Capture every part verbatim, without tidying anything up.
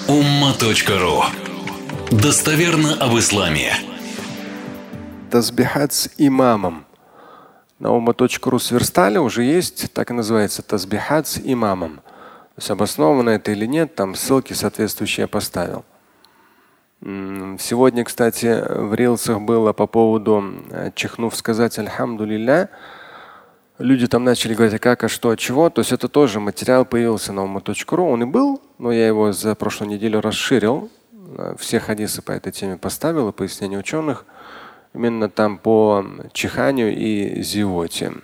Умма.ру. Достоверно об исламе. Тазбихат с имамом. На умма.ру сверстали, уже есть, так и называется, тазбихат с имамом. То есть обосновано это или нет, там ссылки соответствующие я поставил. Сегодня, кстати, в рилсах было по поводу, чихнув сказать «Альхамдулилля», люди там начали говорить, а как, а что, а чего. То есть это тоже материал появился на умма.ру. Он и был, но я его за прошлую неделю расширил. Все хадисы по этой теме поставил и пояснения ученых. Именно там по чиханию и зевоте.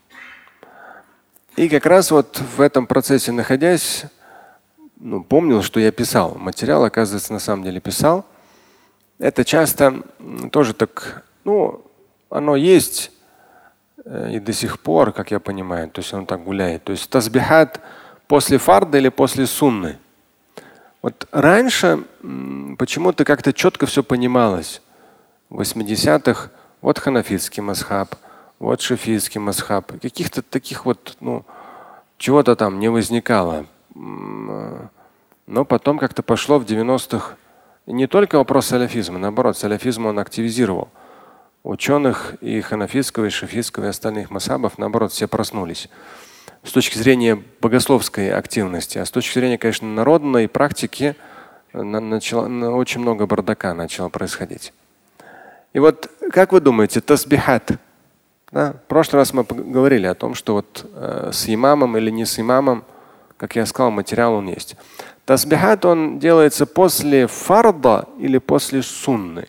И как раз вот в этом процессе находясь, ну, помнил, что я писал. Материал, оказывается, на самом деле писал. Это часто тоже так, ну, оно есть и до сих пор, как я понимаю, то есть оно так гуляет. То есть тазбихат после фарда или после сунны. Вот раньше почему-то как-то четко все понималось. В восьмидесятых вот ханафитский мазхаб, вот шафийский мазхаб. Каких-то таких вот, ну, чего-то там не возникало. Но потом как-то пошло в девяностых не только вопрос салафизма, наоборот, салафизм он активизировал. Ученых и ханафитского, и шафитского, и остальных мазхабов, наоборот, все проснулись. С точки зрения богословской активности, а с точки зрения, конечно, народной практики начало, очень много бардака начало происходить. И вот как вы думаете, тасбихат? Да? В прошлый раз мы говорили о том, что вот э, с имамом или не с имамом, как я сказал, материал он есть. Тасбихат он делается после фарда или после сунны?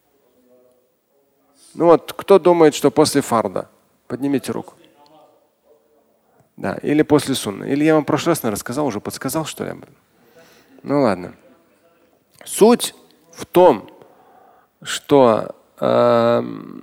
Ну вот, кто думает, что после фарда? Поднимите руку. Да, или после сунны. Или я вам в прошлый раз рассказал, уже подсказал, что ли? Ну ладно. Суть в том, что э,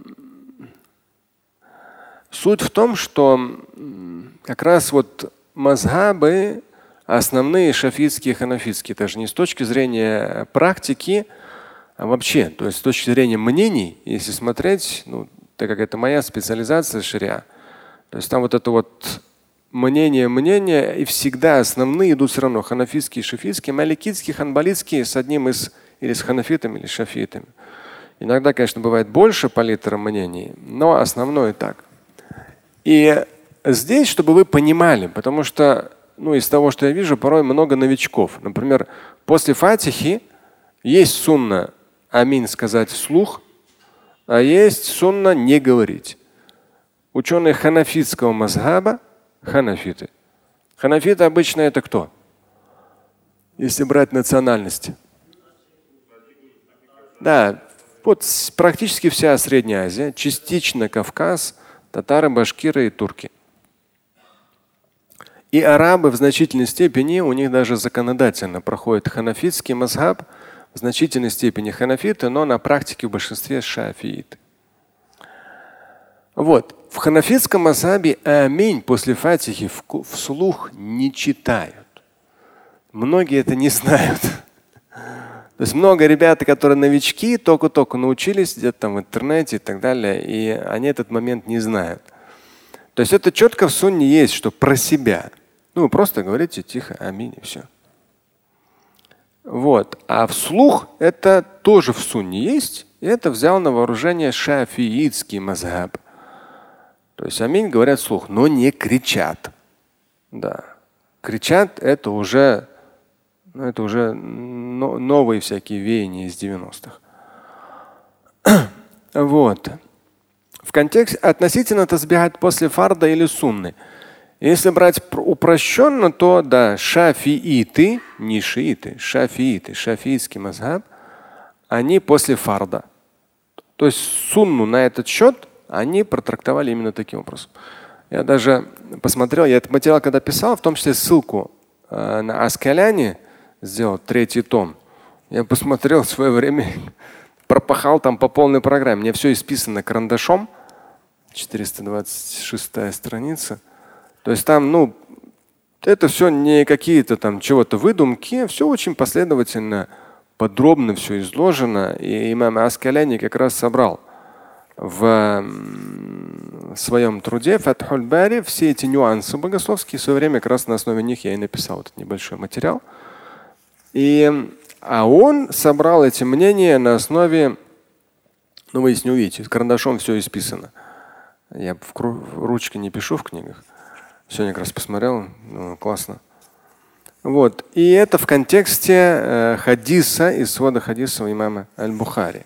суть в том, что как раз вот мазхабы основные шафитские и ханафитские, даже не с точки зрения практики, а вообще, то есть с точки зрения мнений, если смотреть, ну, так как это моя специализация шариа, то есть там вот это вот мнение, мнение, и всегда основные идут все равно ханафитские, шафитские, маликитские, ханбалитские с одним из, или с ханафитами, или шафитами. Иногда, конечно, бывает больше палитра мнений, но основное так. И здесь, чтобы вы понимали, потому что, ну, из того, что я вижу, порой много новичков. Например, после фатихи есть сунна аминь сказать вслух, а есть сунна не говорить. Ученые ханафитского мазхаба, ханафиты. Ханафиты обычно это кто? Если брать национальности. Да, вот практически вся Средняя Азия, частично Кавказ, татары, башкиры и турки. И арабы в значительной степени, у них даже законодательно проходит ханафитский мазхаб, в значительной степени ханафиты, но на практике в большинстве шафииты. Вот. В ханафитском мазхабе аминь после фатихи вслух не читают. Многие это не знают. То есть много ребят, которые новички, только-только научились где-то там в интернете и так далее, и они этот момент не знают. То есть это четко в сунне есть, что про себя. Ну, вы просто говорите тихо аминь и все. Вот. А вслух это тоже в сунне есть. И это взял на вооружение шафиитский мазхаб. То есть аминь говорят вслух, но не кричат. Да. Кричат это уже, ну, это уже новые всякие веяния из девяностых. Вот. В контексте относительно тазбихат после фарда или сунны. Если брать упрощенно, то да, шафииты, не шииты, шафииты, шафиитский мазхаб, они после фарда. То есть сунну на этот счет они протрактовали именно таким образом. Я даже посмотрел, я этот материал когда писал, в том числе ссылку э, на Аскаляни сделал третий том. Я посмотрел в свое время, пропахал там по полной программе. Мне все исписано карандашом. четыреста двадцать шестая страница. То есть там, ну, это все не какие-то там чего-то выдумки, все очень последовательно, подробно все изложено. И имам Аскаляни как раз собрал в своем труде Фатхуль Бари все эти нюансы богословские. В свое время как раз на основе них я и написал этот небольшой материал. И, а он собрал эти мнения на основе, ну вы здесь не увидите, карандашом все исписано. Я в, кру- в ручке не пишу в книгах. Сегодня как раз посмотрел, ну, классно. Вот. И это в контексте э, хадиса, из свода хадиса имама Аль-Бухари.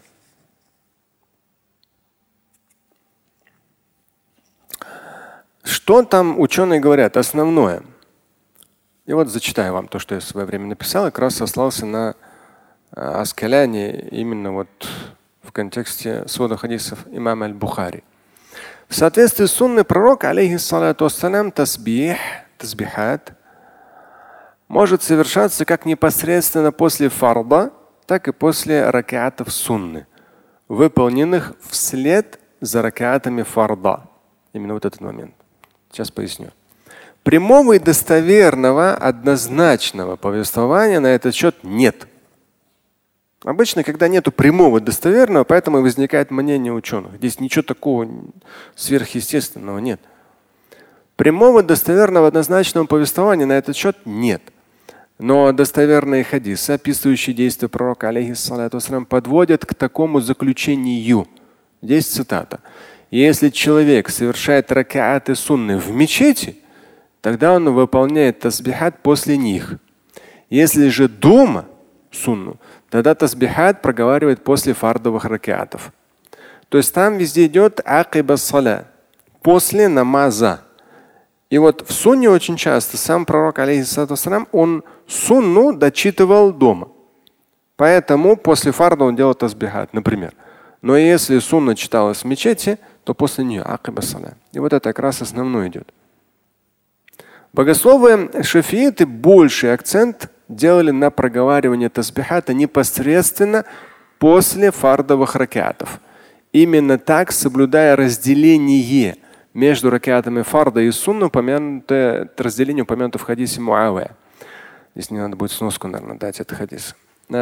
Что там ученые говорят? Основное. И вот зачитаю вам то, что я в свое время написал, и как раз сослался на э, Аскаляни именно вот в контексте свода хадисов имама Аль-Бухари. В соответствии с сунной пророка, алейхиссалату вассалям, тасбих, тасбихат, может совершаться как непосредственно после фарда, так и после ракаатов сунны, выполненных вслед за ракаатами фарда. Именно вот этот момент. Сейчас поясню. Прямого и достоверного, однозначного повествования на этот счет нет. Обычно, когда нет прямого достоверного, поэтому и возникает мнение ученых. Здесь ничего такого сверхъестественного нет. Прямого достоверного однозначного повествования на этот счет нет. Но достоверные хадисы, описывающие действия пророка, алейхиссалату вассалям, подводят к такому заключению. Здесь цитата. Если человек совершает ракааты сунны в мечети, тогда он выполняет тасбихат после них. Если же дома сунну, тогда тасбихат проговаривает после фардовых ракаатов. То есть там везде идет акиба саля, после намаза. И вот в сунне очень часто сам пророк, алейхиссалату вассалям, он сунну дочитывал дома. Поэтому после фарда он делал тасбихат, например. Но если сунна читалась в мечети, то после нее акиба саля. И вот это как раз основное идет. Богословы шафииты больший акцент делали на проговаривание тасбихата непосредственно после фардовых ракатов. Именно так, соблюдая разделение между ракатами фарда и сунны, упомянутое разделение упомянуто в хадисе Муавия. Здесь не надо будет сноску, наверное, дать этот хадис.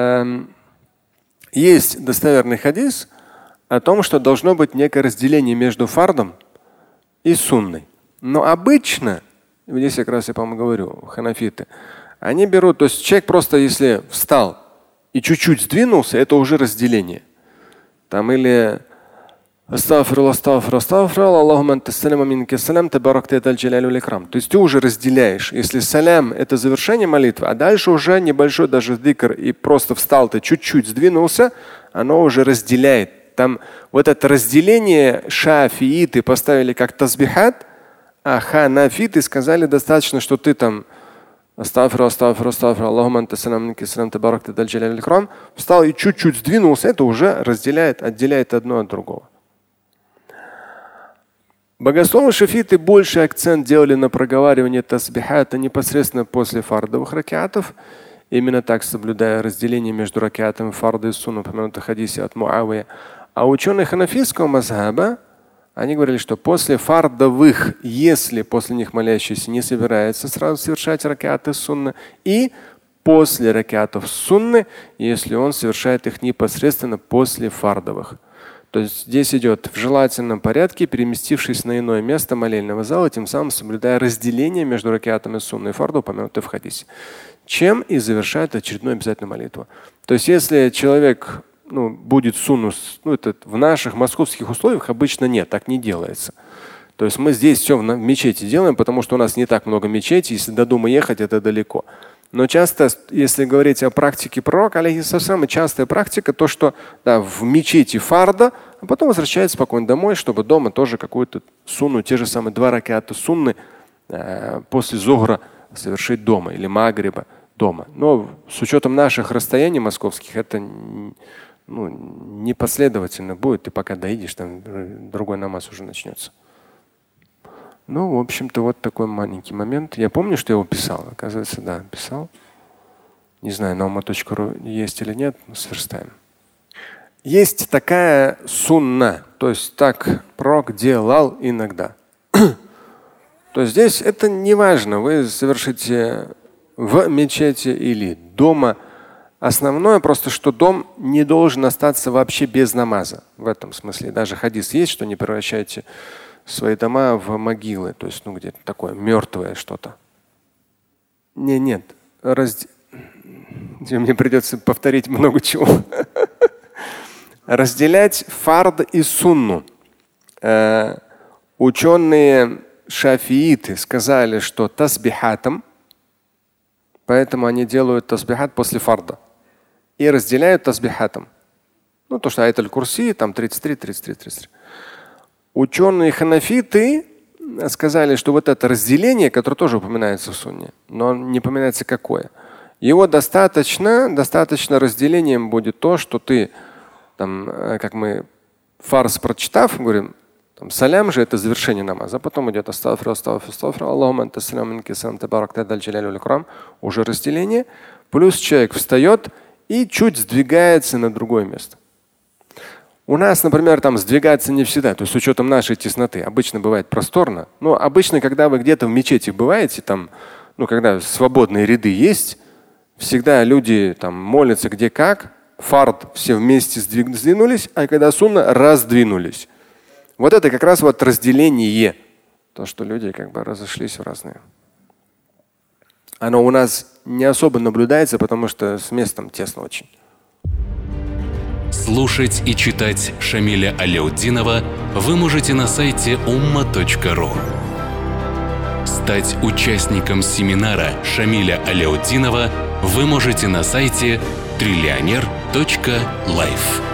Есть достоверный хадис о том, что должно быть некое разделение между фардом и сунной. Но обычно, здесь как раз я, по-моему, говорю, ханафиты, они берут, то есть человек просто если встал и чуть-чуть сдвинулся, это уже разделение. Там или астафирулlah, астафирулlah, астафирулlah, Аллахумма анта салям, минка салям, табаракта яталь джаляль валь икрам. То есть ты уже разделяешь. Если салям – это завершение молитвы, а дальше уже небольшой даже дикр, и просто встал ты, чуть-чуть сдвинулся, оно уже разделяет. Там вот это разделение шафииты поставили как тасбихат, а ханафиты сказали достаточно, что ты там астафиру, астафиру, астафиру, Аллахумма анта салям, минка салям, табаракта яталь джаляль валь икрам, встал и чуть-чуть сдвинулся, это уже разделяет, отделяет одно от другого. Богословы шафиты больше акцент делали на проговаривание тасбихата непосредственно после фардовых ракатов, именно так соблюдая разделение между ракатами фарда и сунна, упомянутых в хадисе от Муавия. А ученые ханафитского мазхаба, они говорили, что после фардовых, если после них молящийся не собирается сразу совершать ракаты сунны, и после ракатов сунны, если он совершает их непосредственно после фардовых. То есть здесь идет в желательном порядке, переместившись на иное место молельного зала, тем самым соблюдая разделение между ракатами сунны и фарда, упомянутые в хадисе, чем и завершает очередную обязательную молитву. То есть если человек ну, будет сунну, ну, это в наших московских условиях обычно нет, так не делается. То есть мы здесь все в мечети делаем, потому что у нас не так много мечетей, если до дома ехать, это далеко. Но часто, если говорить о практике пророка, алейхиссалям, частая практика, то, что да, в мечети фарда, а потом возвращается спокойно домой, чтобы дома тоже какую-то сунну, те же самые два раката сунны э, после зохра совершить дома или магриба дома. Но с учетом наших расстояний московских это ну, непоследовательно будет, и пока доедешь, там другой намаз уже начнется. Ну, в общем-то, вот такой маленький момент. Я помню, что я его писал. Оказывается, да, писал. Не знаю, на ума точка ру есть или нет, но сверстаем. Есть такая сунна, то есть так пророк делал иногда. То есть здесь это не важно, вы совершите в мечети или дома. Основное просто, что дом не должен остаться вообще без намаза. В этом смысле. Даже хадис есть, что не превращайте свои дома в могилы, то есть ну где-то такое мертвое что-то. Не, нет. Раз... Мне придется повторить много чего. Разделять фард и сунну. Э, ученые шафииты сказали, что тасбихатом, поэтому они делают тасбихат после фарда. И разделяют тасбихатом. Ну, то, что аят аль-Курси, там тридцать три, тридцать три, тридцать три. Ученые ханафиты сказали, что вот это разделение, которое тоже упоминается в сунне, но не упоминается какое. Его достаточно, достаточно разделением будет то, что ты, там, как мы фарс прочитав, говорим, там, салям же это завершение намаза, а потом идет астафир, астафир, астафир, Аллахумма анта салям минка салям табарак тадаль джаляль валь икрам, уже разделение, плюс человек встает и чуть сдвигается на другое место. У нас, например, там сдвигаться не всегда, то есть с учетом нашей тесноты. Обычно бывает просторно. Но обычно, когда вы где-то в мечети бываете, там, ну, когда свободные ряды есть, всегда люди там молятся где как, фард все вместе сдвинулись, а когда сунна раздвинулись. Вот это как раз вот разделение. То, что люди как бы разошлись в разные. Оно у нас не особо наблюдается, потому что с местом тесно очень. Слушать и читать Шамиля Аляутдинова вы можете на сайте умма точка ру. Стать участником семинара Шамиля Аляутдинова вы можете на сайте триллионер точка лайф.